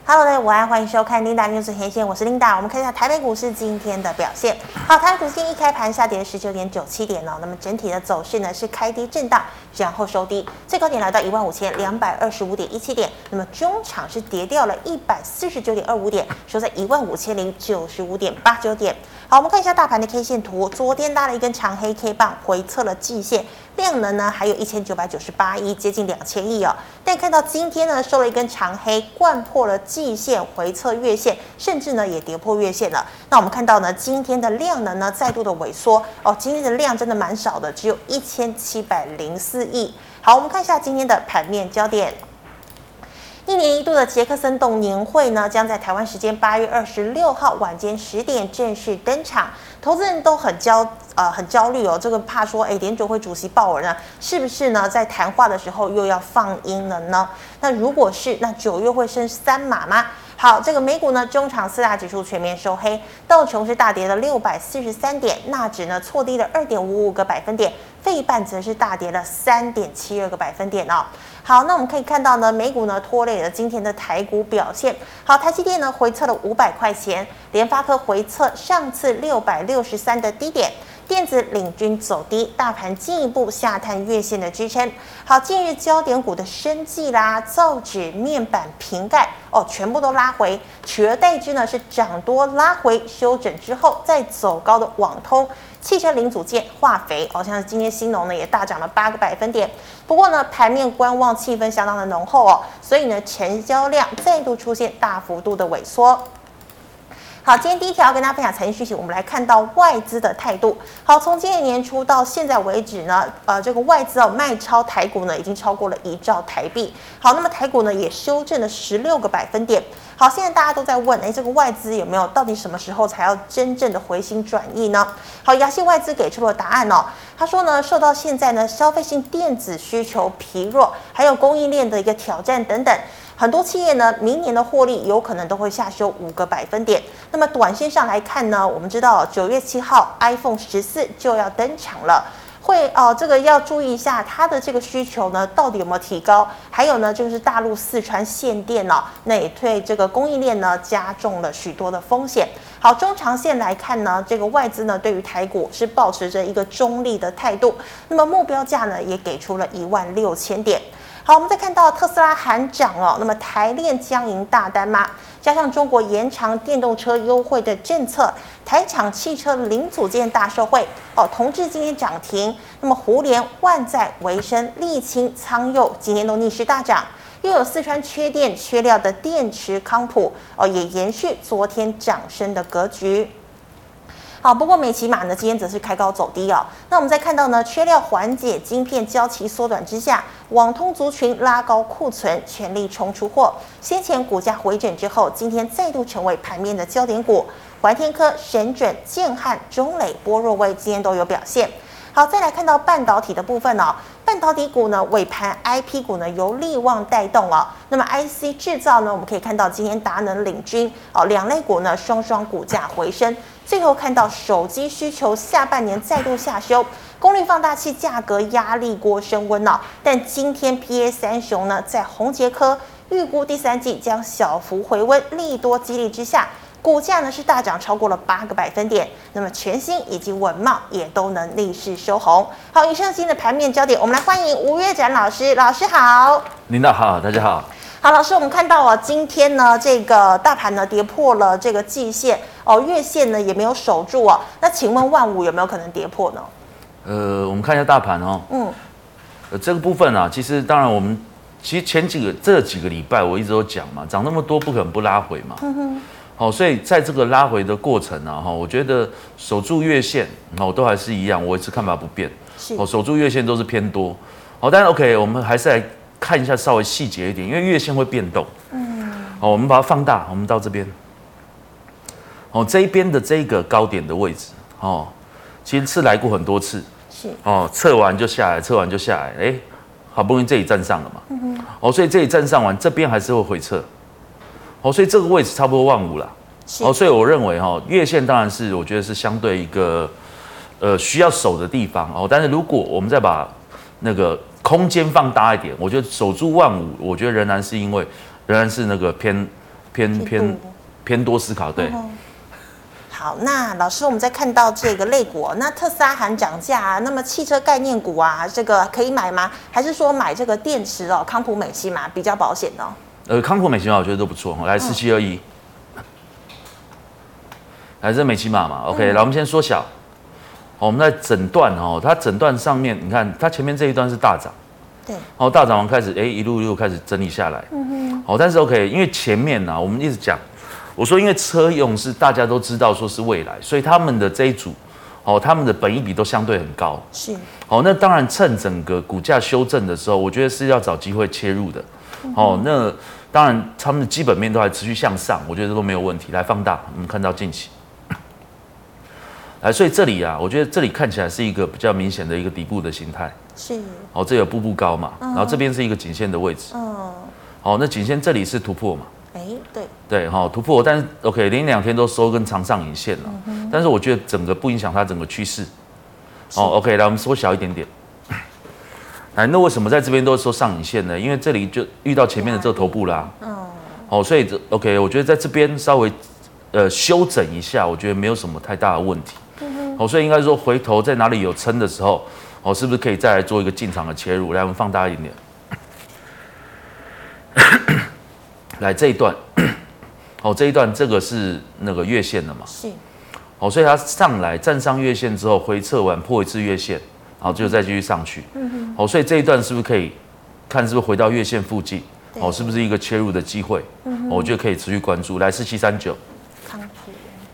Hello， 大家午安，欢迎收看 Linda News 连线，我是 Linda。我们看一下台北股市今天的表现。好，台北股市一开盘下跌了19.97点哦，那么整体的走势呢是开低震荡，然后收低，最高点来到15225.17点，那么中场是跌掉了149.25点，收在15095.89点。好，我们看一下大盘的 K 线图，昨天拉了一根长黑 K 棒，回测了季线，量能呢还有1998亿，接近2000亿哦。但看到今天呢收了一根长黑，掼破了季线，回测月线，甚至呢也跌破月线了。那我们看到呢今天的量能呢再度的萎缩哦，今天的量真的蛮少的，只有1704亿。好，我们看一下今天的盘面焦点。一年一度的杰克森洞年会呢，将在台湾时间8月26号晚间10点正式登场。投资人都很焦虑哦，这个怕说，联准会主席鲍尔呢，是不是呢在谈话的时候又要放鹰了呢？那如果是，那9月会升3码吗？好，这个美股呢，中场4大指数全面收黑，道琼是大跌了643点，纳指呢挫低了2.55个百分点，费半则是大跌了3.72个百分点哦。好，那我们可以看到呢，美股呢拖累了今天的台股表现。好，台积电呢回测了500块钱，联发科回测上次663的低点。电子领军走低，大盘进一步下探月线的支撑。好，近日焦点股的生技啦、造纸、面板、瓶盖全部都拉回，取而代之呢是涨多拉回，修整之后再走高的网通、汽车零组件、化肥像是今天兴农呢也大涨了8个百分点。不过呢，盘面观望气氛相当的浓厚所以呢成交量再度出现大幅度的萎缩。好，今天第一条跟大家分享财经讯息，我们来看到外资的态度。好，从今年年初到现在为止呢，这个外资卖超台股呢已经超过了1兆台币。好，那么台股呢也修正了16个百分点。好，现在大家都在问，这个外资有没有到底什么时候才要真正的回心转意呢？好，亚细外资给出了答案他说呢，受到现在呢消费性电子需求疲弱，还有供应链的一个挑战等等。很多企业呢，明年的获利有可能都会下修5个百分点。那么短线上来看呢，我们知道9月7号 iPhone 14就要登场了，会这个要注意一下它的这个需求呢，到底有没有提高？还有呢，就是大陆四川限电那也对这个供应链呢加重了许多的风险。好，中长线来看呢，这个外资呢对于台股是抱持着一个中立的态度，那么目标价呢也给出了16000点。好，我们再看到特斯拉喊涨那么台链将迎大单吗？加上中国延长电动车优惠的政策，台厂汽车零组件大受惠同致今天涨停，那么胡联、万载、维生、沥青、仓佑今天都逆势大涨，又有四川缺电缺料的电池康普也延续昨天涨升的格局。好，不过美骑马呢，今天则是开高走低那我们再看到呢，缺料缓解、晶片交期缩短之下，网通族群拉高库存，全力冲出货。先前股价回整之后，今天再度成为盘面的焦点股。环天科、神准、建汉、中磊、波若威今天都有表现。好，再来看到半导体的部分半导体股呢，尾盘 IP 股呢由力旺带动那么 IC 制造呢，我们可以看到今天达能领军两类股呢双双股价回升。最后看到手机需求下半年再度下修，功率放大器价格压力锅升温但今天 PA3 雄呢在宏捷科预估第三季将小幅回温，利多激励之下，股价呢是大涨超过了8个百分点。那么全新以及文茂也都能逆势收红。好，以上今天的盘面焦点，我们来欢迎吴岳展老师。老师好。 领导好，大家好。 好，老师，我们看到今天呢，这个大盘呢跌破了这个季线月线呢也没有守住那请问万五有没有可能跌破呢？ 我们看一下大盘这个部分其实当然我们其实这几个礼拜我一直都讲嘛，涨那么多不可能不拉回嘛。好，所以在这个拉回的过程我觉得守住月线都还是一样，我一直看法不变。守住月线都是偏多。但是 OK， 我们还是来看一下稍微细节一点，因为月线会变动。我们把它放大，我们到这边。这一边的这个高点的位置，其实是来过很多次。 是。 测完就下来，测完就下来，好不容易这里站上了嘛。所以这里站上完，这边还是会回撤。所以这个位置差不多万五啦。所以我认为月线当然是我觉得是相对一个需要守的地方但是如果我们再把那个空间放大一点，我觉得守住万五，我觉得仍然是那个偏多思考，对。 好，那老师，我们再看到这个类股，那特斯拉喊涨价啊，那么汽车概念股啊，这个可以买吗？还是说买这个电池哦，康普美西玛比较保险哦？ 康普美西玛我觉得都不错，来4721，来这美西玛嘛 ，OK，来我们先缩小，我们在诊断哦，它诊断上面，你看它前面这一段是大涨， 对， 大涨完开始一路开始整理下来，但是 OK， 因为前面呢，我们一直讲。我说，因为车用是大家都知道说是未来，所以他们的这一组，他们的本益比都相对很高。 是， 那当然趁整个股价修正的时候，我觉得是要找机会切入的。那当然他们的基本面都还持续向上，我觉得都没有问题。来放大，我们看到近期，来，所以这里啊，我觉得这里看起来是一个比较明显的一个底部的形态。 是， 这有步步高嘛，然后这边是一个颈线的位置。那颈线这里是突破嘛？对，突破，但是 OK， 连2天都收跟长上影线了，但是我觉得整个不影响它整个趋势。OK， 来我们缩小一点点。来，那为什么在这边都收上影线呢？因为这里就遇到前面的这个头部啦。所以OK， 我觉得在这边稍微修整一下，我觉得没有什么太大的问题。所以应该说回头在哪里有撑的时候，是不是可以再来做一个进场的切入？来，我们放大一点点。来这一段，这一段这个是那个月线的嘛？是。所以它上来站上月线之后回撤完破一次月线，然后就再继续上去。所以这一段是不是可以看是不是回到月线附近？是不是一个切入的机会？我觉得可以持续关注。来4739，康普。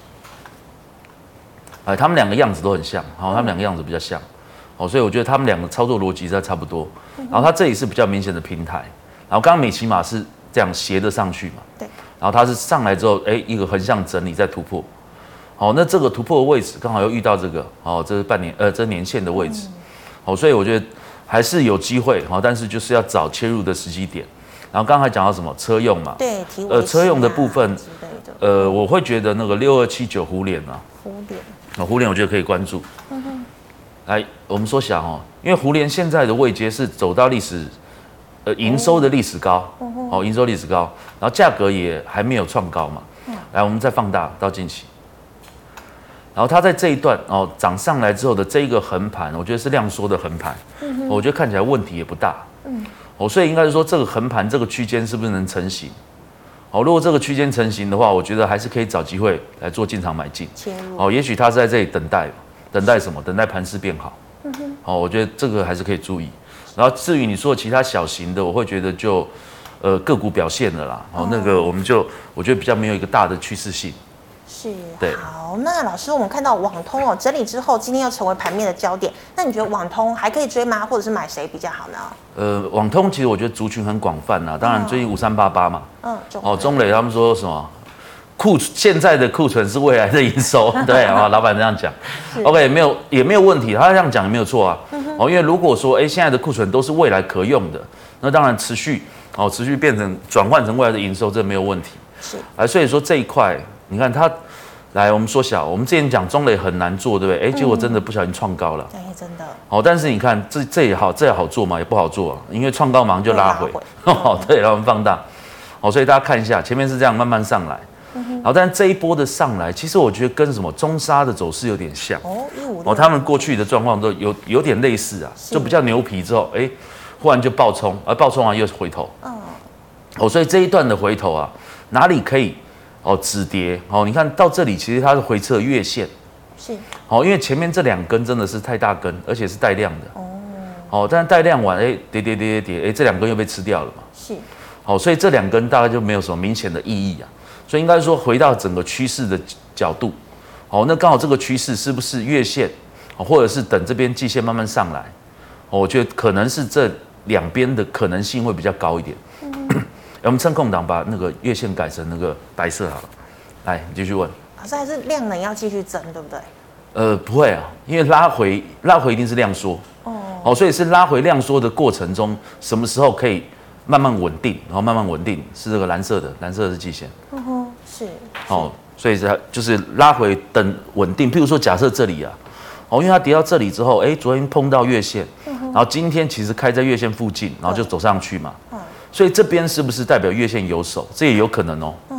他们两个样子都很像，他们两个样子比较像，所以我觉得他们两个操作逻辑在差不多。然后它这里是比较明显的平台，然后刚刚美骑马是这样斜的上去嘛，对，然后它是上来之后，一个横向整理再突破，那这个突破的位置刚好又遇到这个，这是这年线的位置，所以我觉得还是有机会，但是就是要找切入的时机点。然后刚才讲到什么车用嘛， 对， 车用的部分，我会觉得那个6279胡联啊，胡联我觉得可以关注。来，我们说想因为胡联现在的位阶是走到历史。营收的历史高，营收历史高，然后价格也还没有创高嘛。来，我们再放大到近期，然后它在这一段涨上来之后的这一个横盘，我觉得是量缩的横盘，我觉得看起来问题也不大。所以应该是说这个横盘这个区间是不是能成型？如果这个区间成型的话，我觉得还是可以找机会来做进场买进。也许它是在这里等待什么？等待盘势变好。我觉得这个还是可以注意。然后至于你说其他小型的，我会觉得就个股表现了啦。那个我觉得比较没有一个大的趋势性。 是，对。好，那老师，我们看到网通整理之后，今天又成为盘面的焦点。那你觉得网通还可以追吗？或者是买谁比较好呢？ 网通其实我觉得族群很广泛啊。当然最近5388嘛，中磊他们说什么现在的库存是未来的营收，对啊，老板这样讲 ，OK， 也没有问题，他这样讲也没有错啊。因为如果说现在的库存都是未来可用的，那当然持续变成转换成未来的营收，这没有问题。是，所以说这一块，你看它，来我们缩小，我们之前讲中磊很难做，对不对？结果真的不小心创高了。真的。但是你看这也好做嘛，也不好做啊，因为创高马上就拉回。对，然后我们放大，所以大家看一下，前面是这样慢慢上来。然后，但是这一波的上来，其实我觉得跟什么中砂的走势有点像他们过去的状况都有点类似啊，就比较牛皮之后，忽然就爆冲，爆冲完又回头，所以这一段的回头啊，哪里可以止跌你看到这里，其实它是回撤月线，是因为前面这2根真的是太大根，而且是带量的但是带量完跌，这2根又被吃掉了嘛，是所以这2根大概就没有什么明显的意义啊。所以应该说回到整个趋势的角度，那刚好这个趋势是不是月线，或者是等这边季线慢慢上来，我觉得可能是这2边的可能性会比较高一点。我们趁空档把那个月线改成那个白色好了。来，你继续问。 老师还是量能要继续增，对不对？ 不会啊，因为拉回一定是量缩，所以是拉回量缩的过程中，什么时候可以慢慢稳定，然后慢慢稳定是这个蓝色的是季线。是所以就是拉回等稳定。譬如说，假设这里啊，因为它跌到这里之后，昨天碰到月线，然后今天其实开在月线附近，然后就走上去嘛，所以这边是不是代表月线有手？这也有可能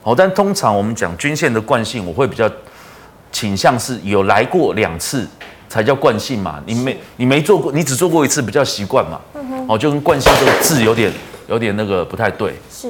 但通常我们讲均线的惯性，我会比较倾向是有来过2次才叫惯性嘛。你没做过，你只做过1次，比较习惯嘛。就跟惯性这个字有点那个不太对。 是。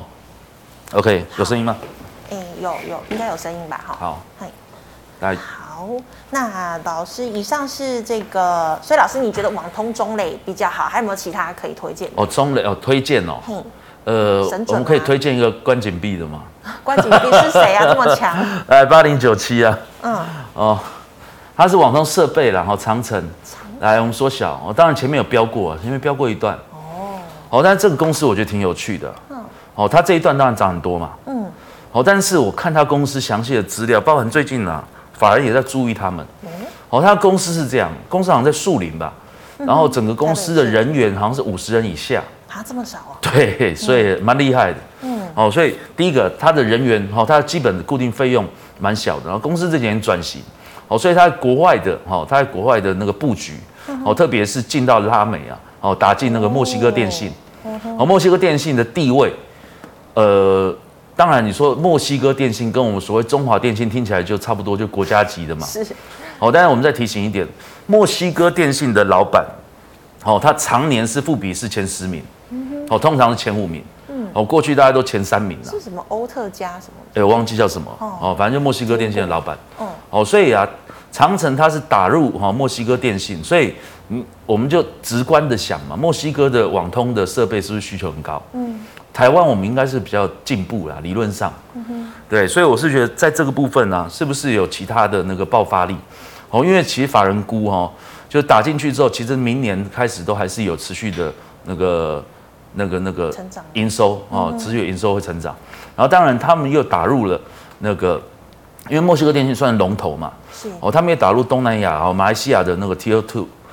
OK， 有声音吗？ 有，应该有声音吧？ 好，来。 好，那老师，以上是这个，所以老师你觉得网通中磊比较好，还有没有其他可以推荐？ 中磊推荐哦。我们可以推荐一个关紧闭的吗？ 关紧闭是谁啊？这么强？ 来8097啊。它是网通设备啦，长程。来，我们缩小。当然前面有标过，前面标过一段。但是这个公司我觉得挺有趣的。它这一段当然涨很多嘛。但是我看它公司详细的资料，包含最近法人也在注意他们。他公司是这样，公司好像在树林吧，然后整个公司的人员好像是50人以下。 这么少啊？ 对，所以蛮厉害的。所以第一个，他的人员他的基本的固定费用蛮小的，然后公司这几年转型，所以他在国外的那个布局，特别是进到拉美啊，打进那个墨西哥电信。墨西哥电信的地位，当然，你说墨西哥电信跟我们所谓中华电信听起来就差不多，就国家级的嘛。 是。 但是我们再提醒一点，墨西哥电信的老板，他常年是富比士前10名，通常是前5名。过去大家都前3名了。 是什么欧特加什么？ 我忘记叫什么。反正就墨西哥电信的老板。所以长程它是打入墨西哥电信，所以我们就直观的想嘛，墨西哥的网通的设备是不是需求很高？台湾我们应该是比较进步啦，理论上，对，所以我是觉得在这个部分是不是有其他的那个爆发力？因为其实法人估就打进去之后，其实明年开始都还是有持续的那个成长营收持续营收会成长。然后当然他们又打入了那个，因为墨西哥电信算龙头嘛，他们也打入东南亚马来西亚的那个 Tier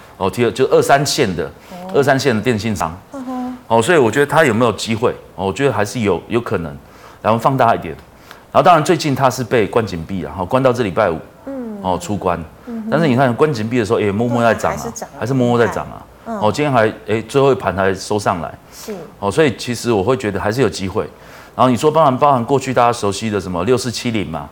2就2、3线的电信商。所以我觉得他有没有机会？我觉得还是有可能。然后放大一点，然后当然最近他是被关紧闭了，关到这礼拜5，出关。但是你看关紧闭的时候，默默在涨还是默默在涨啊。今天还最后一盘还收上来。 是。 所以其实我会觉得还是有机会。然后你说包含过去大家熟悉的什么6470嘛，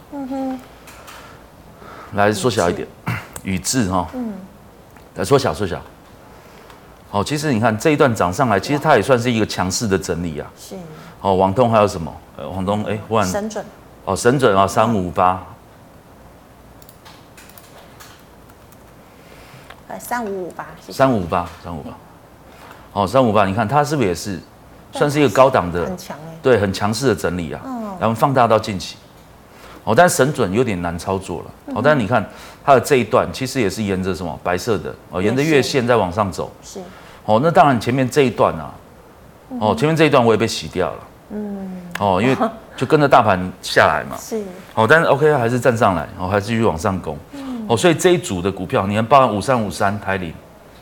来缩小一点，宇智来缩小。其实你看这一段涨上来，其实它也算是一个强势的整理啊。 是。 网通还有什么？网通忽然神准。 神准3558。 3558。 3558，你看它是不是也是算是一个高档的， 很强对，很强势的整理啊。然后放大到近期。但神准有点难操作了。但是你看它的这一段，其实也是沿着什么白色的沿着月线在往上走。 是。 那当然前面这一段前面这一段我也被洗掉了。因为就跟着大盘下来嘛。 是。 但是 OK 还是站上来，还是继续往上攻。所以这一组的股票，你看包含5353台铃，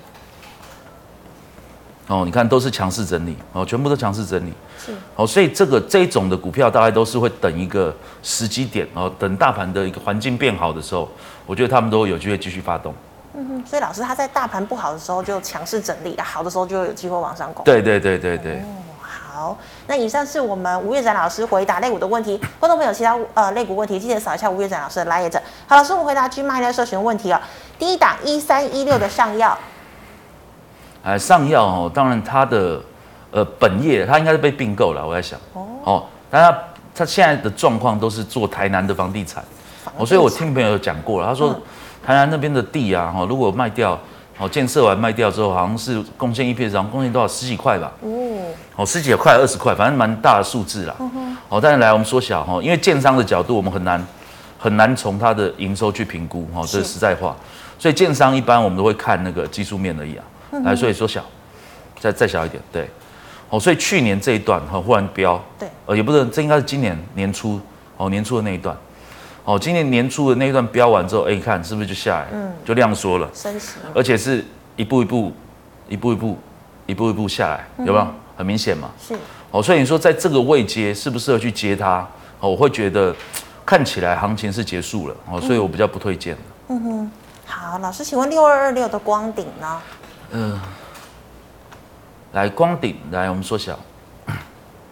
你看都是强势整理，全部都强势整理。 是。 所以这一种的股票大概都是会等一个时机点，等大盘的一个环境变好的时候，我觉得他们都有机会继续发动。 所以老师他在大盘不好的时候就强势整理，好的时候就有机会往上攻。 对。 好，那以上是我们吴岳展老师回答类股的问题。观众朋友其他类股问题，记得扫一下吴岳展老师的来也者。好，老师，我们回答 GMoney 的社群问题第一档1316的上药。 上药当然它的本业它应该是被并购了，我在想但他现在的状况都是做台南的房地产。所以我听朋友讲过了，他说台南那边的地如果卖掉，建设完卖掉之后，好像是贡献EPS上贡献多少10几块吧，10几块20块，反正蛮大的数字啦。但是来我们缩小因为建商的角度，我们很难从它的营收去评估这是实在话。所以建商一般我们都会看那个技术面而已来，所以缩小，再小一点，对。所以去年这一段忽然飙， 对， 也不是，这应该是今年年初年初的那一段。今年年初的那一段飙完之后，你看是不是就下来，就量缩了， 升息， 而且是一步一步下来，有没有？很明显嘛。 是。 所以你说在这个位阶适不适合去接它？我会觉得看起来行情是结束了，所以我比较不推荐。 好，老师，请问6226的光鼎呢？ 来光鼎，来我们缩小。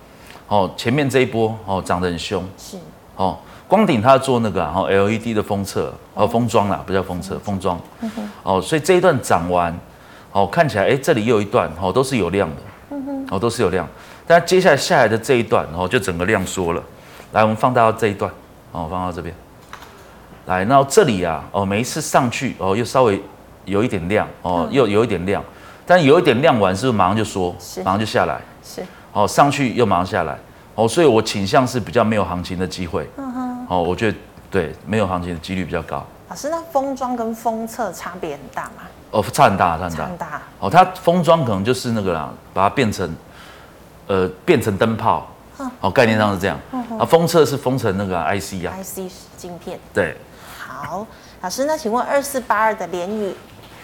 前面这一波涨得很凶， 是光鼎它做那个LED 的封测封装啦，不叫封测，封装，所以这一段涨完，看起来这里又有一段都是有量的，都是有量，但接下来的这一段就整个量缩了。来，我们放大到这一段，放到这边，来，然后这里啊，每一次上去又稍微有一点量，又有一点量，但有一点量完是不是马上就缩，马上就下来， 是， 上去又马上下来，所以我倾向是比较没有行情的机会，我觉得对，没有行情的几率比较高。 老师，那封装跟封测差别很大吗？ 差很大，它封装可能就是那个啦，把它变成灯泡，概念上是这样。封测是封成那个 IC 啊 ，IC 晶片。 对。 好，老师，那请问2482的联宇？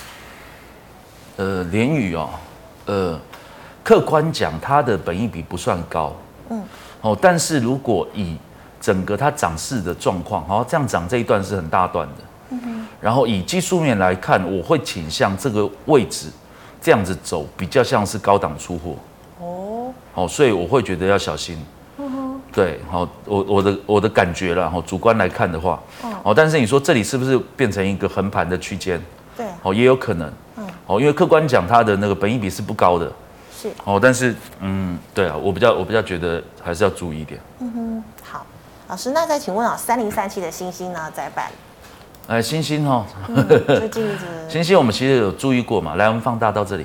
联宇客观讲，它的本益比不算高，但是如果以整个它涨势的状况，这样涨这一段是很大段的，然后以技术面来看，我会倾向这个位置这样子走，比较像是高档出货，所以我会觉得要小心，对，我的感觉啦，主观来看的话，但是你说这里是不是变成一个横盘的区间？ 对， 也有可能，因为客观讲它的那个本益比是不高的。 是但是对啊，我比较觉得还是要注意一点。 好，老师，那再请问3037的星星呢？载板？ 星星最近一直星星我们其实有注意过嘛，来我们放大到这里。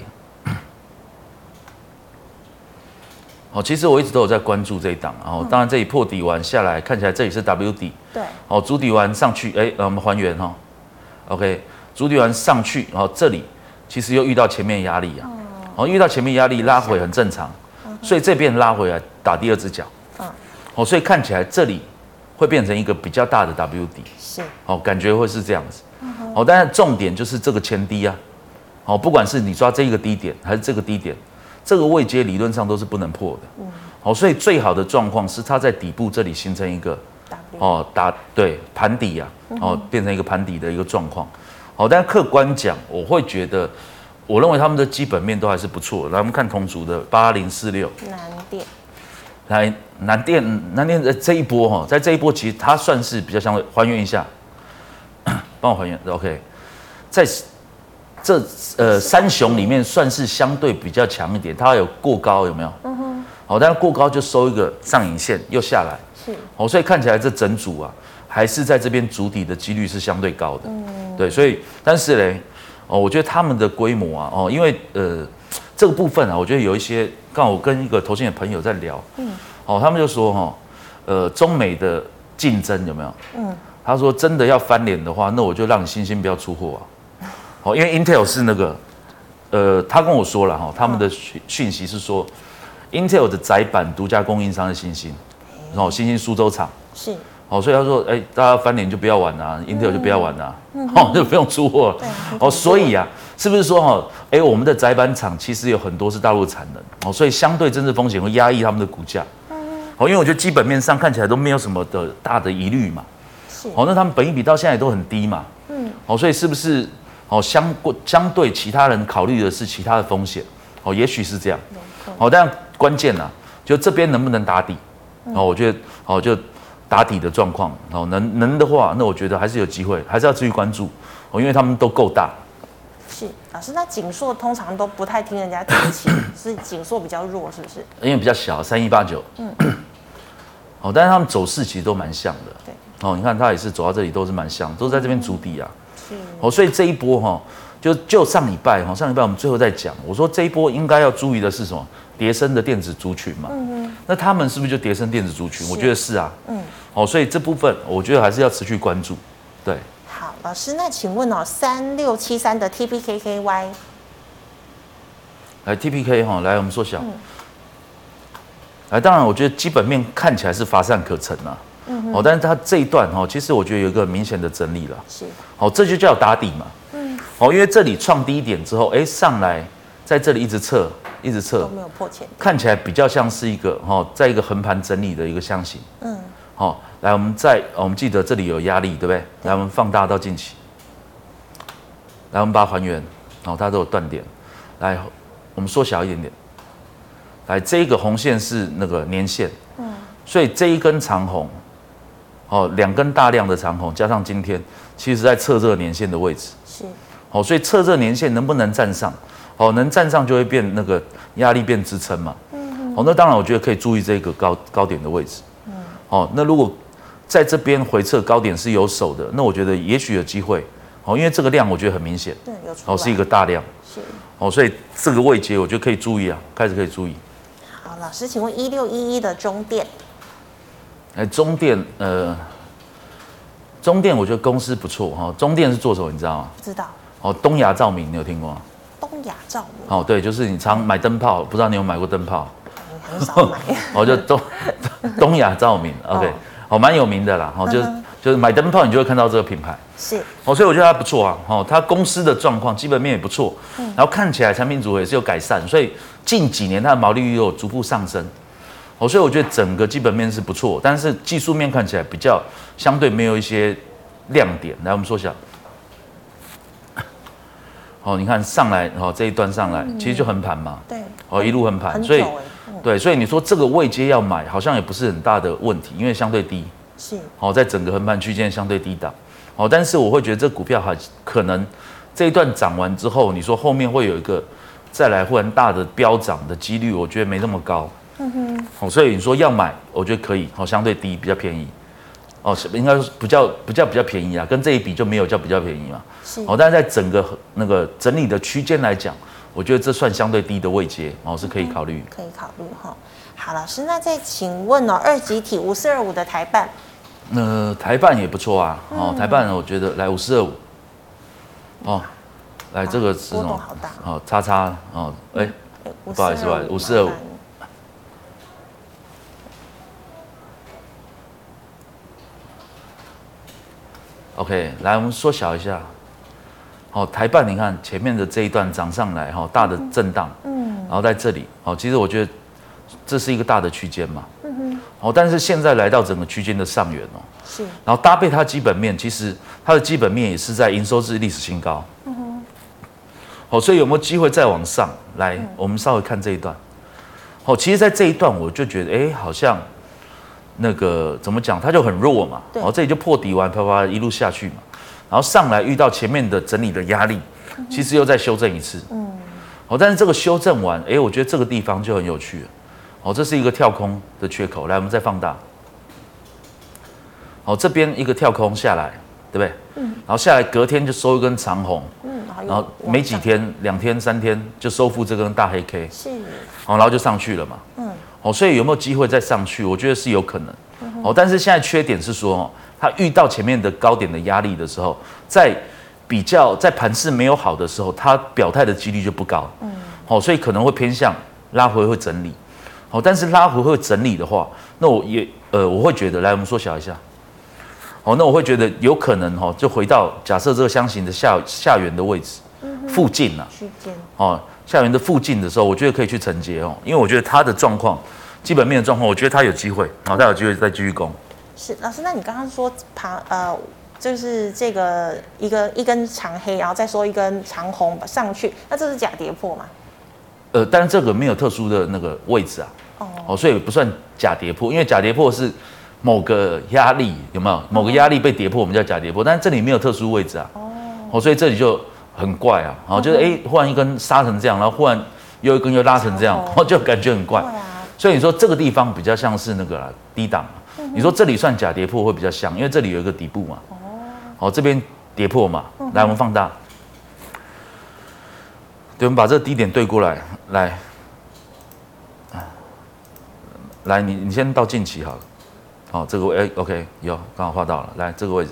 其实我一直都有在关注这一档，当然这里破底完下来，看起来这里是 W 底， 对， 主底完上去，我们还原，OK， 主底完上去，这里其实又遇到前面压力啊，遇到前面压力拉回很正常，所以这边拉回来打第二只脚，所以看起来这里会变成一个比较大的 W 底， 是， 感觉会是这样子，但是重点就是这个前低啊，不管是你抓这个低点还是这个低点。这个位阶理论上都是不能破的，所以最好的状况是它在底部这里形成一个对盘底啊，变成一个盘底的一个状况，但客观讲，我会觉得，我认为他们的基本面都还是不错。来，我们看同组的8046 南电， 来南电的这一波在这一波其实它算是比较相对，还原一下，帮我还原 ，OK， 在。这三雄里面算是相对比较强一点，它有过高有没有？但是过高就收一个上影线又下来，是，所以看起来这整组啊还是在这边筑底的几率是相对高的，对，所以但是嘞，我觉得他们的规模啊，因为这个部分啊，我觉得有一些，刚好我跟一个投信的朋友在聊，他们就说中美的竞争有没有？他说真的要翻脸的话，那我就让你星星不要出货啊。因为 Intel 是那个，他跟我说了他们的讯息是说 ，Intel 的载板独家供应商是星星，星星苏州厂是，所以他说，大家翻脸就不要玩啦，Intel 就不要玩啦，就不用出货了，所以啊，是不是说我们的载板厂其实有很多是大陆产能，所以相对政治风险会压抑他们的股价，因为我觉得基本面上看起来都没有什么的大的疑虑嘛，是，那他们本益比到现在也都很低嘛，所以是不是？相对其他人考虑的是其他的风险，也许是这样，但关键啊，就这边能不能打底，我觉得就打底的状况，能的话，那我觉得还是有机会，还是要继续关注，因为他们都够大。 是老师，那景硕通常都不太听人家提起，是景硕比较弱，是不是？ 因为比较小，3189，但是他们走势其实都蛮像的，对，你看它也是走到这里都是蛮像，都在这边筑底啊。所以这一波就上礼拜我们最后在讲，我说这一波应该要注意的是什么？跌升的电子族群嘛，那他们是不是就跌升电子族群？我觉得是啊，所以这部分我觉得还是要持续关注。对， 好，老师，那请问3673的 TPKKY， 来 TPK 来我们缩小，来，当然我觉得基本面看起来是乏善可陈啊。但是它这一段其实我觉得有一个明显的整理了，是，这就叫打底嘛，因为这里创低点之后，上来在这里一直测都没有破前， 看起来比较像是一个在一个横盘整理的一个箱型，来我们记得这里有压力，对不对？来我们放大到近期，来我们把它还原，它都有断点，来我们缩小一点点，来这个红线是那个年线。 所以这一根长红，哦，2根大量的长红加上今天，其实在测这个年线的位置， 是， 哦，所以测这个年线能不能站上，哦，能站上就会变那个压力变支撑嘛，哦，那当然我觉得可以注意这个高点的位置，哦，那如果在这边回测高点是有手的，那我觉得也许有机会，哦，因为这个量我觉得很明显， 对，有出来， 哦，是一个大量， 是， 哦，所以这个位阶我觉得可以注意啊，开始可以注意。 好，老师，请问1611的中电， 中电我觉得公司不错哈，中电是做什么你知道吗？ 不知道， 哦，东亚照明你有听过吗？ 东亚照明， 哦，对，就是你常买灯泡，不知道你有买过灯泡？ 很少买， 哦，就东亚照明 ，OK，哦，蛮有名的啦，哦，就是买灯泡你就会看到这个品牌， 是， 哦，所以我觉得它不错啊，哦，它公司的状况基本面也不错，然后看起来产品组合也是有改善，所以近几年它的毛利率有逐步上升，哦，所以我觉得整个基本面是不错，但是技术面看起来比较相对没有一些亮点。来，我们缩小。哦，你看上来，哦这一段上来，其实就横盘嘛， 对， 哦一路横盘，所以对，所以你说这个位阶要买，好像也不是很大的问题，因为相对低， 是， 哦在整个横盘区间相对低档，哦，但是我会觉得这股票还可能这一段涨完之后，你说后面会有一个再来忽然大的飙涨的几率，我觉得没那么高。哦，所以你说要买，我觉得可以，哦，相对低，比较便宜，哦，应该说比较便宜啊，跟这一比就没有叫比较便宜嘛，哦，但是在整个那个整理的区间来讲，我觉得这算相对低的位阶，哦，是可以考虑， 可以考虑哈。好，老师，那再请问哦，二级体5425的台半， 台半也不错啊，哦，台半我觉得来5425，哦，来这个是什么？ 波动好大， 哦，叉叉，哦，哎，不好意思，5425。OK， 来我们缩小一下。好，台半你看前面的这一段涨上来，哈，大的震荡，然后在这里，好，其实我觉得这是一个大的区间嘛，好，但是现在来到整个区间的上缘哦， 是， 然后搭配它基本面，其实它的基本面也是在营收至历史新高，好，所以有没有机会再往上来？我们稍微看这一段，好，其实，在这一段我就觉得，哎，好像。那个怎么讲，它就很弱嘛，哦，这里就破底完，啪啪一路下去嘛，然后上来遇到前面的整理的压力，其实又再修正一次，哦，但是这个修正完，哎，我觉得这个地方就很有趣了，哦，这是一个跳空的缺口，来，我们再放大，哦，这边一个跳空下来，对不对？然后下来隔天就收一根长红，然后没几天，2天3天就收复这根大黑 K， 是， 哦，然后就上去了嘛，哦，所以有没有机会再上去？我觉得是有可能。哦，但是现在缺点是说，哦，它遇到前面的高点的压力的时候，在盘势没有好的时候，它表态的几率就不高。哦，所以可能会偏向拉回会整理。哦，但是拉回会整理的话，那我会觉得，来我们缩小一下。哦，那我会觉得有可能哦，就回到假设这个箱型的下缘的位置附近啊。 区间。哦。 下缘的附近的时候，我觉得可以去承接哦，因为我觉得它的状况，基本面的状况，我觉得它有机会，它有机会再继续攻。 是老师，那你刚刚说就是这个一根长黑，然后再说一根长红上去，那这是假跌破吗？ 但是这个没有特殊的那个位置啊，哦，所以不算假跌破，因为假跌破是某个压力有没有？某个压力被跌破，我们叫假跌破，但是这里没有特殊位置啊，哦，所以这里就。很怪啊，然后就是忽然一根杀成这样，然后忽然又一根又拉成这样，然后就感觉很怪。所以你说这个地方比较像是那个啦低档，你说这里算假跌破会比较像，因为这里有一个底部嘛。哦，这边跌破嘛，来我们放大，对，我们把这个低点对过来，来，你先到近期好了，好，这个OK 有刚好画到了，来这个位置。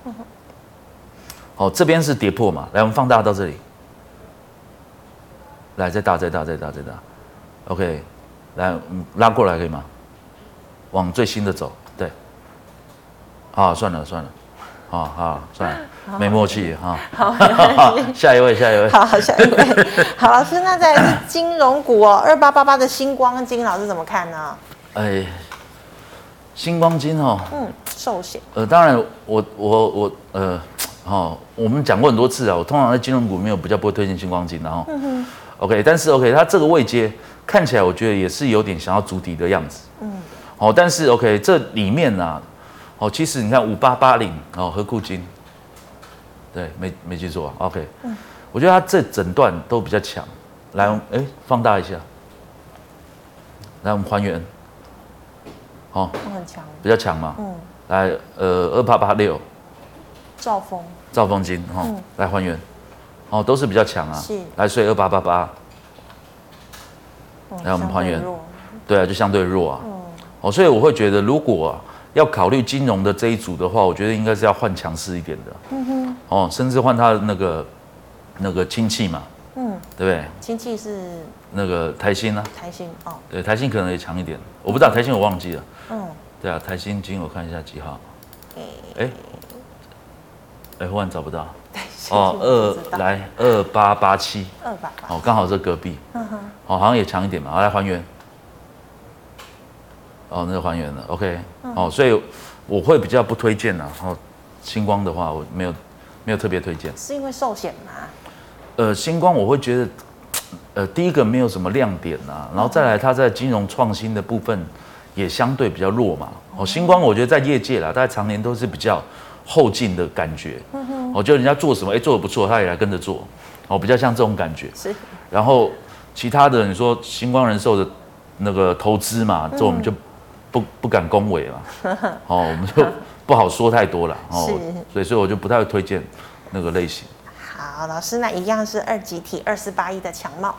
哦，这边是跌破嘛？来，我们放大到这里。来，再大，OK， 来，拉过来可以吗？往最新的走，对。啊，算了，算了，没默契啊。好，下一位。 好，下一位。好，老师，那再来是金融股哦，2888的星光金，老师怎么看呢？ 星光金哦， 寿险。 当然我们讲过很多次啊，我通常在金融股没有比较不会推荐星光金的哈。OK， 但是 OK， 它这个位阶看起来我觉得也是有点想要筑底的样子。 哦，但是 OK 这里面啊，哦，其实你看5880哦，合库金，对，没记错啊 ，OK，我觉得它这整段都比较强。来，放大一下，来我们还原，哦， 很强， 比较强嘛，来2886，兆丰金，来还原，哦，都是比较强啊， 是， 来所以2888，来我们还原，对啊，就相对弱啊，哦，所以我会觉得如果要考虑金融的这一组的话，我觉得应该是要换强势一点的，哦，甚至换他的那个亲戚嘛。对不对？ 亲戚是那个台新啊， 台新哦， 对，台新可能也强一点，我不知道台新我忘记了。对啊，台新金我看一下几号？忽然找不到。哦，2887，哦，刚好是隔壁。好像也强一点嘛。好，来还原。哦，那个还原了 ，OK。哦，所以我会比较不推荐呐。哦，星光的话，我没有特别推荐。 是因为寿险吗？ 星光我会觉得，第一个没有什么亮点啊，然后再来它在金融创新的部分也相对比较弱嘛。星光我觉得在业界啦，大概常年都是比较后进的感觉。就人家做什么，做得不错，他也来跟着做，比较像这种感觉。 是。 然后其他的你说星光人寿的那个投资嘛，这我们就不敢恭维嘛。我们就不好说太多了。所以我就不太会推荐那个类型。 好，老师，那一样是2级体2481的强茂。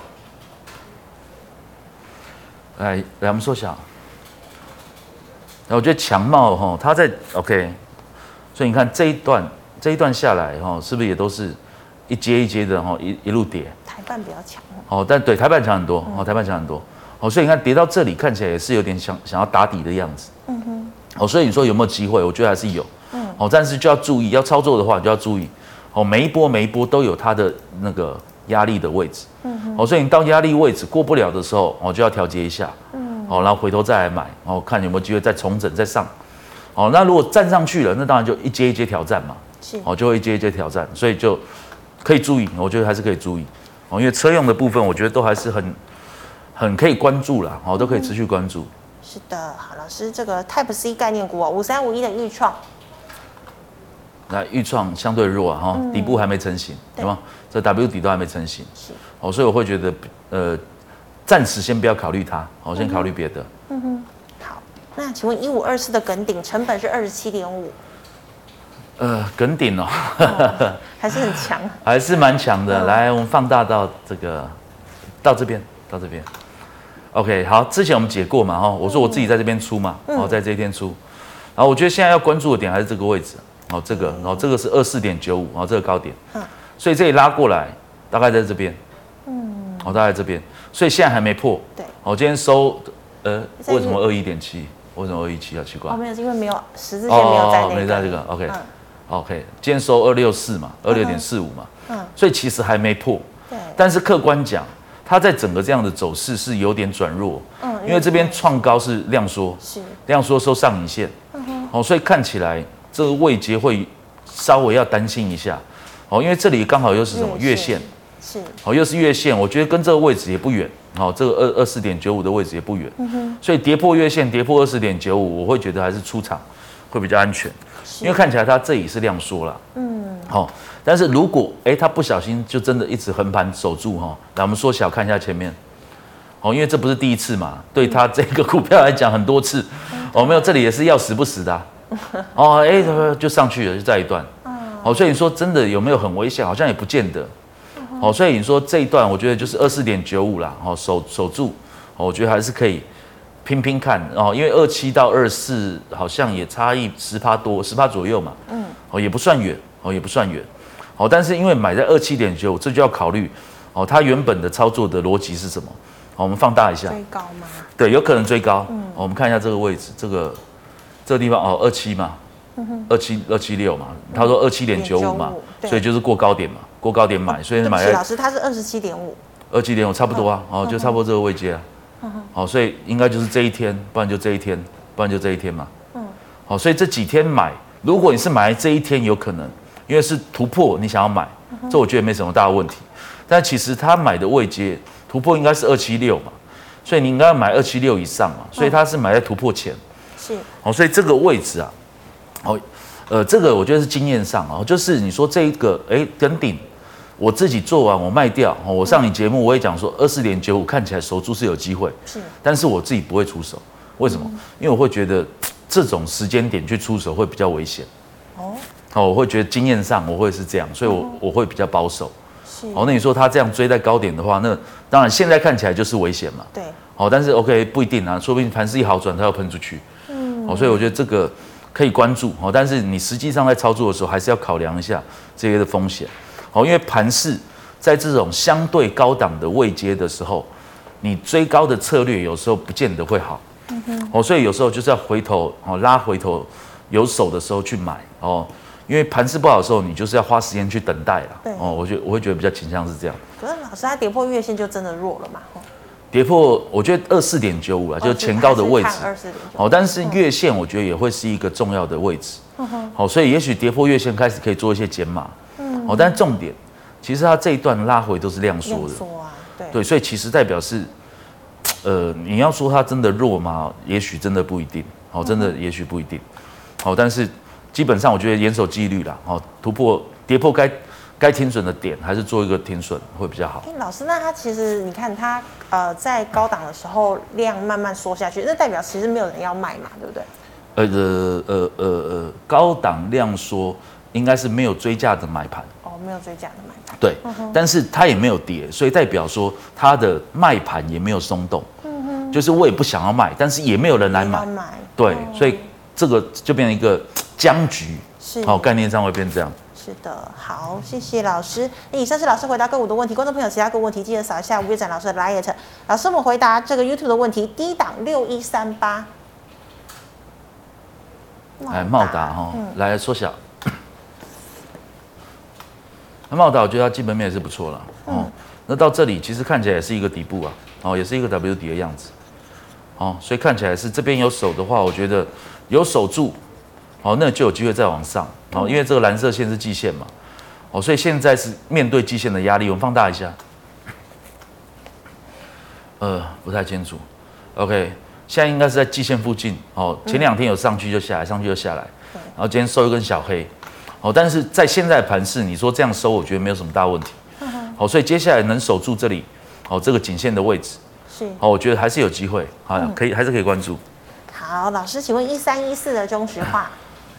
来，我们缩小。我觉得强茂它在 OK， 所以你看这一段下来是不是也都是一阶一阶的一路跌？ 台半比较强但对台半强很多台半强很多所以你看跌到这里看起来也是有点想要打底的样子。所以你说有没有机会？我觉得还是有。但是就要注意，要操作的话你就要注意。每一波都有它的那个压力的位置，所以你到压力位置过不了的时候，就要调节一下，然后回头再来买，看有没有机会再重整再上，那如果站上去了，那当然就一阶一阶挑战嘛，就会一阶一阶挑战，所以就可以注意，我觉得还是可以注意，因为车用的部分，我觉得都还是很可以关注啦，都可以持续关注。 是的，好，老师，这个 Type C 概念股5351的裕创。 那裕创相对弱啊，底部还没成型，对吗？这 W 底都还没成型，所以我会觉得，暂时先不要考虑它，先考虑别的。 好，那请问1524的耿鼎成本是27.5， 耿鼎还是很强， 还是蛮强的。来，我们放大到到这边，OK， 好，之前我们解过嘛，我说我自己在这边出嘛，在这一天出，然后我觉得现在要关注的点还是这个位置。然后这个是24.95，这个高点，所以这里拉过来，大概在这边，大概这边，所以现在还没破， 对， 今天收，为什么21.7？为什么217啊？奇怪， 没有，因为没有十字线没有在那个， 没在这个 ，OK，今天收264嘛，26.45嘛，所以其实还没破， 对， 但是客观讲，它在整个这样的走势是有点转弱，因为这边创高是量缩，量缩收上影线，所以看起来。这个位阶会稍微要担心一下，因为这里刚好又是什么月线，又是月线，我觉得跟这个位置也不远，这个24.95的位置也不远，所以跌破月线，跌破20.95，我会觉得还是出场会比较安全，因为看起来它这里是量缩了，但是如果它不小心就真的一直横盘守住来我们缩小看一下前面，因为这不是第一次嘛，对它这个股票来讲很多次，没有这里也是要死不死的。就上去了，就再一段，所以你说真的有没有很危险？好像也不见得，所以你说这一段，我觉得就是24.95啦，守住，我觉得还是可以拼拼看，因为27到24好像也差异10%多，10%左右嘛，也不算远，但是因为买在27.95，这就要考虑，它原本的操作的逻辑是什么？我们放大一下， 追高吗？ 对，有可能追高，我们看一下这个位置，这个地方27嘛，276嘛，他说27.95嘛，所以就是过高点嘛，过高点买，所以买。 老师他是27.5， 差不多啊，就差不多这个位阶啊，所以应该就是这一天，不然就这一天，不然就这一天嘛，所以这几天买，如果你是买这一天，有可能因为是突破，你想要买，这我觉得没什么大问题，但其实他买的位阶突破应该是276嘛，所以你应该要买276以上嘛，所以他是买在突破前。 是， 所以这个位置啊，这个我觉得是经验上就是你说这一个跟顶，我自己做完我卖掉，我上你节目我也讲说24.95看起来守住是有机会， 是， 但是我自己不会出手，为什么？因为我会觉得这种时间点去出手会比较危险。我会觉得经验上我会是这样，所以我会比较保守。那你说他这样追在高点的话，那当然现在看起来就是危险嘛。 对。 但是 OK 不一定啊，说不定盘势一好转，它要喷出去。所以我觉得这个可以关注。但是你实际上在操作的时候，还是要考量一下这些的风险。因为盘势在这种相对高档的位阶的时候，你追高的策略有时候不见得会好。所以有时候就是要回头拉回头有手的时候去买因为盘势不好的时候，你就是要花时间去等待啦。我会觉得比较倾向是这样。 可是老师，它跌破月线就真的弱了嘛？ 跌破，我觉得24.95啦，就是前高的位置。但是月线我觉得也会是一个重要的位置。所以也许跌破月线开始可以做一些减码。但是重点，其实它这一段拉回都是量缩的。对，所以其实代表是，你要说它真的弱吗？也许真的不一定。真的也许不一定。但是基本上我觉得严守纪律啦。突破跌破该停损的点，还是做一个停损会比较好。 老师，那它其实你看它在高档的时候量慢慢缩下去，那代表其实没有人要卖嘛，对不对？高档量缩应该是没有追价的买盘。 没有追价的买盘。 对，但是它也没有跌，所以代表说它的卖盘也没有松动。就是我也不想要卖，但是也没有人来买。对，所以这个就变成一个僵局。概念上会变这样。 是的，好，谢谢老师。以上是老师回答个股的问题，观众朋友其他个股问题记得扫一下吴月展老师的 LINE。老师，我们回答这个 YouTube 的问题，低档6138。 茂达来缩小。茂达我觉得它基本面也是不错了。那到这里其实看起来也是一个底部啊，也是一个 W 底的样子。所以看起来是这边有守的话，我觉得有守住。那就有机会再往上。因为这个蓝色线是季线嘛。所以现在是面对季线的压力。我们放大一下。不太清楚。OK， 现在应该是在季线附近。前2天有上去就下来，上去就下来。然后今天收一根小黑。但是在现在盘势，你说这样收，我觉得没有什么大问题。所以接下来能守住这里，这个颈线的位置，我觉得还是有机会。还是可以关注。 好，老师，请问1314的中石化。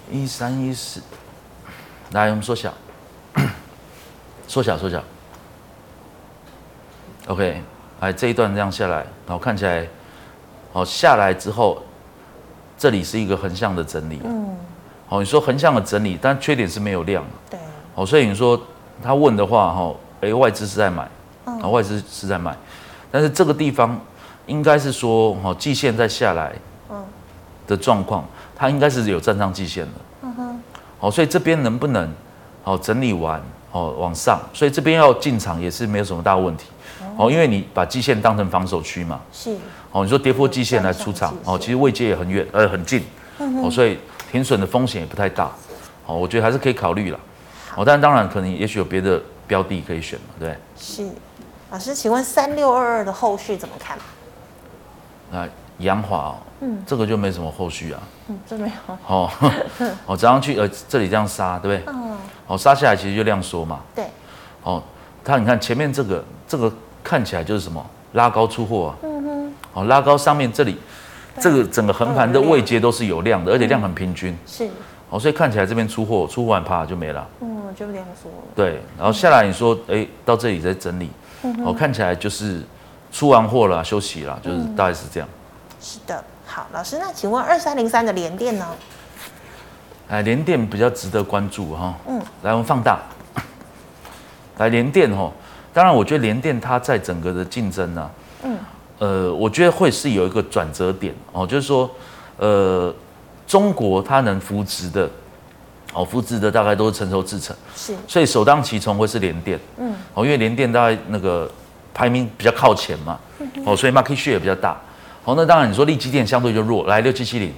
1314，来，我们缩小，缩小。OK， 来这一段这样下来，然后看起来，下来之后，这里是一个横向的整理。你说横向的整理，但缺点是没有量。 对。 所以你说他问的话，外资是在买，外资是在卖，但是这个地方应该是说，季线再下来，的状况，它应该是有站上季线的。所以这边能不能整理完往上，所以这边要进场也是没有什么大问题。因为你把季线当成防守区嘛。是。你说跌破季线来出场，其实位阶也很远，很近。所以停损的风险也不太大。我觉得还是可以考虑啦。但当然可能也许有别的标的可以选嘛，对不对？是。 老师，请问3622的后续怎么看？ 阳华这个就没什么后续啊。 这没有。 早上去这里这样杀，对不对？杀下来其实就量缩嘛。对。你看前面这个看起来就是什么拉高出货啊。拉高上面这里这个整个横盘的位阶都是有量的，而且量很平均。是。所以看起来这边出货完啪就没了。 就量缩了。 对，然后下来你说到这里在整理，看起来就是出完货了，休息了，就是大概是这样。 是的，好，老师，那请问2303的联电呢？ 联电比较值得关注哈。来，我们放大。来，联电当然我觉得联电它在整个的竞争呢，我觉得会是有一个转折点就是说，中国它能扶植的，扶植的大概都是成熟制程，是，所以首当其冲会是联电，因为联电大概那个排名比较靠前嘛，所以 market share 也比较大。那当然你说力积电相对就弱，来6770，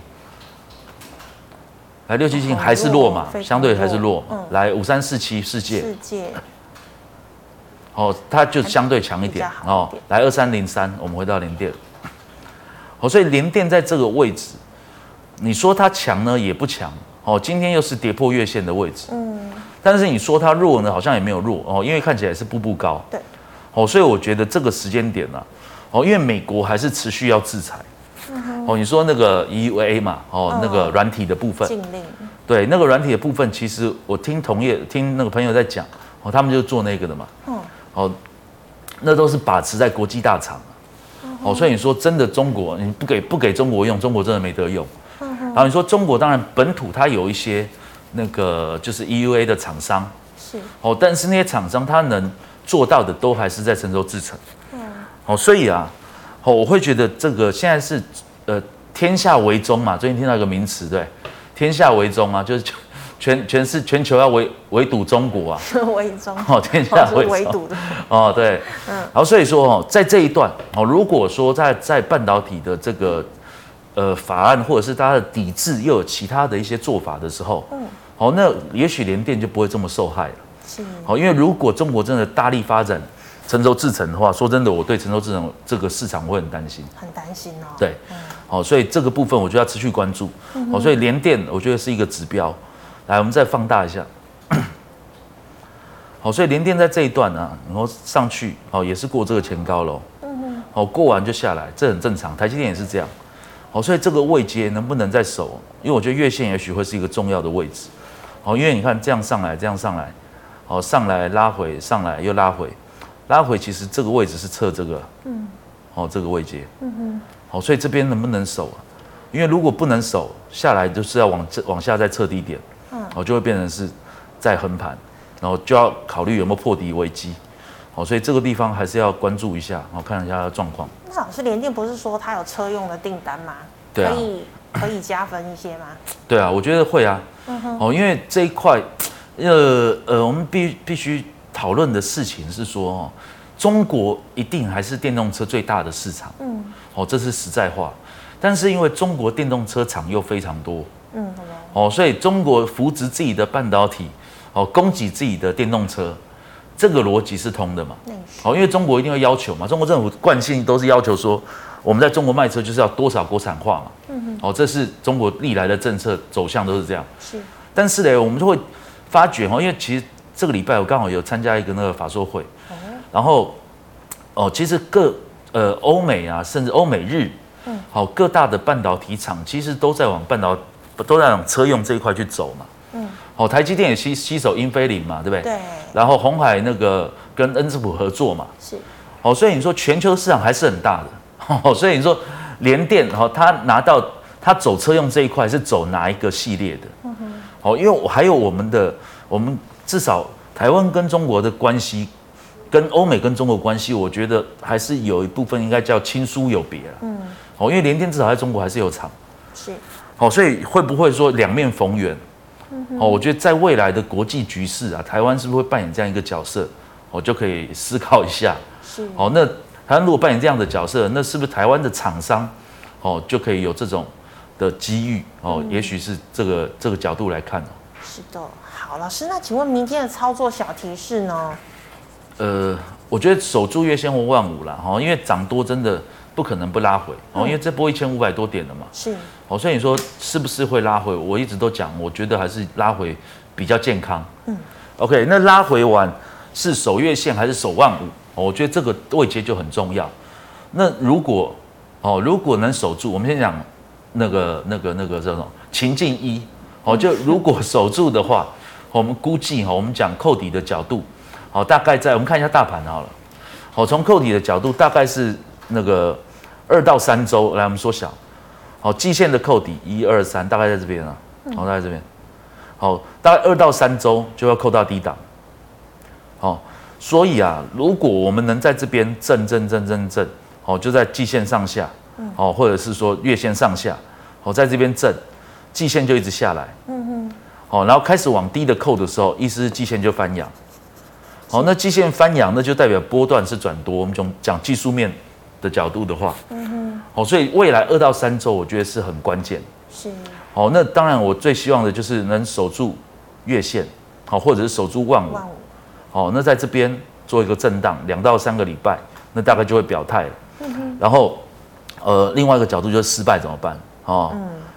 来6770还是弱嘛，相对还是弱。来5347世界，它就相对强一点。来2303，我们回到联电。所以联电在这个位置， 你说它强呢也不强，今天又是跌破月线的位置，但是你说它弱呢，好像也没有弱，因为看起来是步步高， 对， 所以我觉得这个时间点呢，因为美国还是持续要制裁，你说那个 EUA 嘛，那个软体的部分， 禁令， 对，那个软体的部分，其实我听那个朋友在讲，他们就做那个的嘛，那都是把持在国际大厂，所以你说真的中国，你不给中国用，中国真的没得用。然后你说中国当然本土它有一些那个就是 EUA 的厂商， 是但是那些厂商它能做到的都还是在成熟制程，所以啊，我会觉得这个现在是天下为中嘛，最近听到一个名词，对，天下为中啊，就是全球要围堵中国啊， 围中天下围堵的对，然后所以说在这一段如果说在半导体的这个法案或者是它的抵制又有其他的一些做法的时候，那也许联电就不会这么受害了。 是， 因为如果中国真的大力发展成熟制程的话，说真的，我对成熟制程这个市场我会很担心。 很担心哦。 对，所以这个部分我就要持续关注。所以联电我觉得是一个指标。来，我们再放大一下。所以联电在这一段啊，然后上去也是过这个前高喽。过完就下来，这很正常。台积电也是这样。所以这个位阶能不能再守？因为我觉得月线也许会是一个重要的位置。因为你看这样上来，这样上来，上来拉回，上来又拉回，拉回其实这个位置是测这个，这个位阶，所以这边能不能守啊？因为如果不能守，下来就是要往下再测低点，就会变成是再横盘，然后就要考虑有没有破底危机。所以这个地方还是要关注一下，看一下它的状况。 那老师，联电不是说它有车用的订单吗？ 对啊， 可以加分一些吗？ 对啊，我觉得会啊。因为这一块，我们必须讨论的事情是说，中国一定还是电动车最大的市场。这是实在话。但是因为中国电动车厂又非常多，所以中国扶植自己的半导体，供给自己的电动车。这个逻辑是通的嘛？因为中国一定会要求嘛，中国政府惯性都是要求说，我们在中国卖车就是要多少国产化嘛。这是中国历来的政策走向都是这样。 是。 但是呢，我们就会发觉因为其实这个礼拜我刚好有参加一个那个法说会，然后其实欧美啊，甚至欧美日，各大的半导体厂其实都在往车用这一块去走嘛。台积电也携手英飞凌嘛，对不对？ 对。 然后鸿海那个跟恩智浦合作嘛， 是。所以你说全球市场还是很大的。所以你说联电它走车用这一块是走哪一个系列的？因为还有我们至少台湾跟中国的关系，跟欧美跟中国关系，我觉得还是有一部分应该叫亲疏有别了。因为联电至少在中国还是有厂。 是。 所以会不会说两面逢源？我觉得在未来的国际局势啊，台湾是不是会扮演这样一个角色？就可以思考一下。 是。 那台湾如果扮演这样的角色，那是不是台湾的厂商，就可以有这种的机遇？也许是这个角度来看。 是的。好，老师，那请问明天的操作小提示呢？ 我觉得守住月线或15000啦，因为涨多真的不可能不拉回，因为这波1500多点了嘛。 是。 所以你说是不是会拉回？我一直都讲，我觉得还是拉回比较健康。OK， 那拉回完是守月线还是守15000？我觉得这个位阶就很重要。那如果能守住，我们先讲那个叫什么情境一，就如果守住的话，我们估计我们讲扣底的角度，大概在我们看一下大盘好了，从扣底的角度大概是那个2到3周，来我们缩小。季线的扣底1、2、3，大概在这边啊，大概在这边，大概2到3周就要扣到低档，所以啊，如果我们能在这边震，就在季线上下，或者是说月线上下，在这边震，季线就一直下来，然后开始往低的扣的时候，意思是季线就翻阳，那季线翻阳，那就代表波段是转多，我们讲技术面的角度的话，所以未来2到3周，我觉得是很关键。 是。 那当然我最希望的就是能守住月线，或者是守住15000。那在这边做一个震荡2到3个礼拜，那大概就会表态了。然后另外一个角度就是失败怎么办？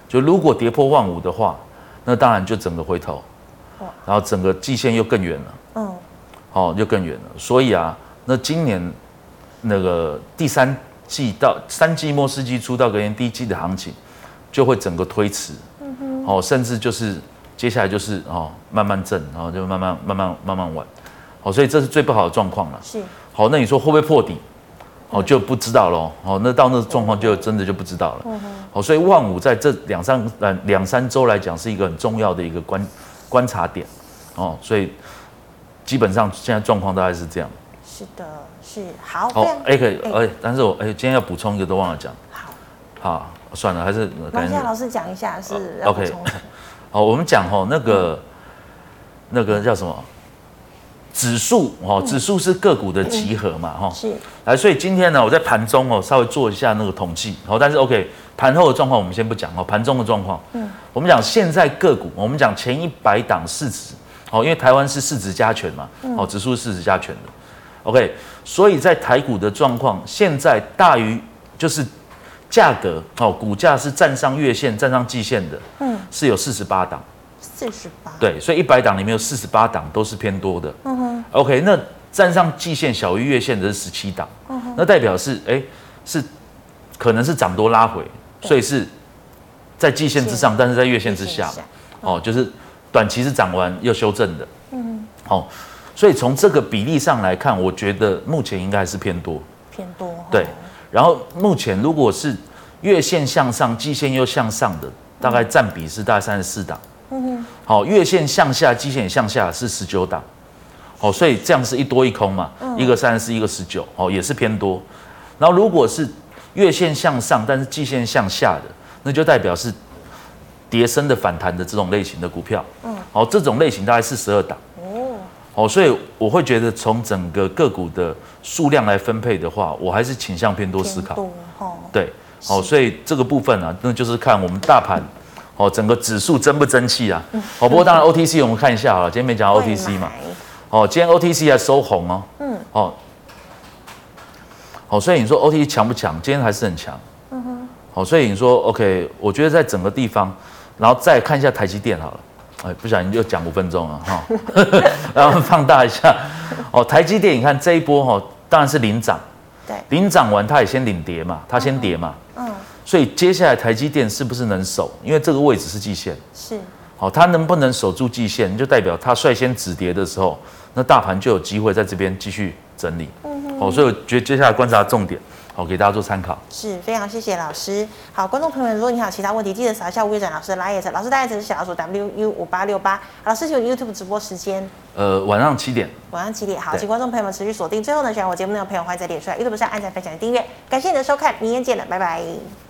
就如果跌破15000的话，那当然就整个回头，然后整个季线又更远了，又更远了。所以啊，那今年那个第3季到3季末4季初到隔年第1季的行情，就会整个推迟，甚至就是接下来就是慢慢震，然后就慢慢玩，所以这是最不好的状况了。 是， 那你说会不会破底？就不知道咯。那到那个状况就真的就不知道了。所以15000在这两三周来讲是一个很重要的一个观察点，所以基本上现在状况大概是这样。 是的，是好。 但是我今天要补充一个都忘了讲。好，算了，还是现在老师讲一下是要补充。 我们讲那个叫什么？指数指数是个股的集合嘛， 是。 来，所以今天呢，我在盘中稍微做一下那个统计，但是 OK， 盘后的状况我们先不讲盘中的状况，我们讲现在个股，我们讲前100档市值，因为台湾是市值加权嘛，指数是市值加权的 ，OK， 所以在台股的状况，现在大于就是价格股价是站上月线、站上季线的，是有48档。 48 对，所以100档里面有48档都是偏多的。OK， 那站上季线小于月线的是17档，那代表是可能是涨多拉回，所以是在季线之上，但是在月线之下，就是短期是涨完又修正的。所以从这个比例上来看，我觉得目前应该还是偏多。对，然后目前如果是月线向上，季线又向上的，大概占比是大概34档。月线向下，季线向下是19档，所以这样是一多一空嘛，一个34，一个19，也是偏多。然后如果是月线向上，但是季线向下的，那就代表是跌升的反弹的这种类型的股票，这种类型大概42档，所以我会觉得从整个个股的数量来分配的话，我还是倾向偏多思考，对，所以这个部分啊，那就是看我们大盘。整个指数争不争气啊？不过当然 OTC 我们看一下好了，今天没讲 OTC 嘛。今天 OTC 还收红所以你说 OTC 强不强？今天还是很强。所以你说 OK， 我觉得在整个地方，然后再看一下台积电好了。不小心又讲5分钟了然后放大一下。台积电你看这一波当然是领涨， 对， 领涨完它也先领跌嘛，它先跌嘛。所以接下来台积电是不是能守？因为这个位置是季线， 是。 它能不能守住季线，就代表它率先止跌的时候，那大盘就有机会在这边继续整理。所以我觉得接下来观察重点，给大家做参考。 是，非常谢谢老师。好，观众朋友们，如果你还有其他问题，记得扫一下吴月展老师的LINE，老师LINE是小老鼠 WU5868。老师有 YouTube 直播时间， 晚上7点。 晚上7点，好，请观众朋友们持续锁定。最后呢，喜欢我节目的朋友，欢迎在脸书、YouTube 上按赞、分享、订阅。感谢你的收看，明天见了，拜拜。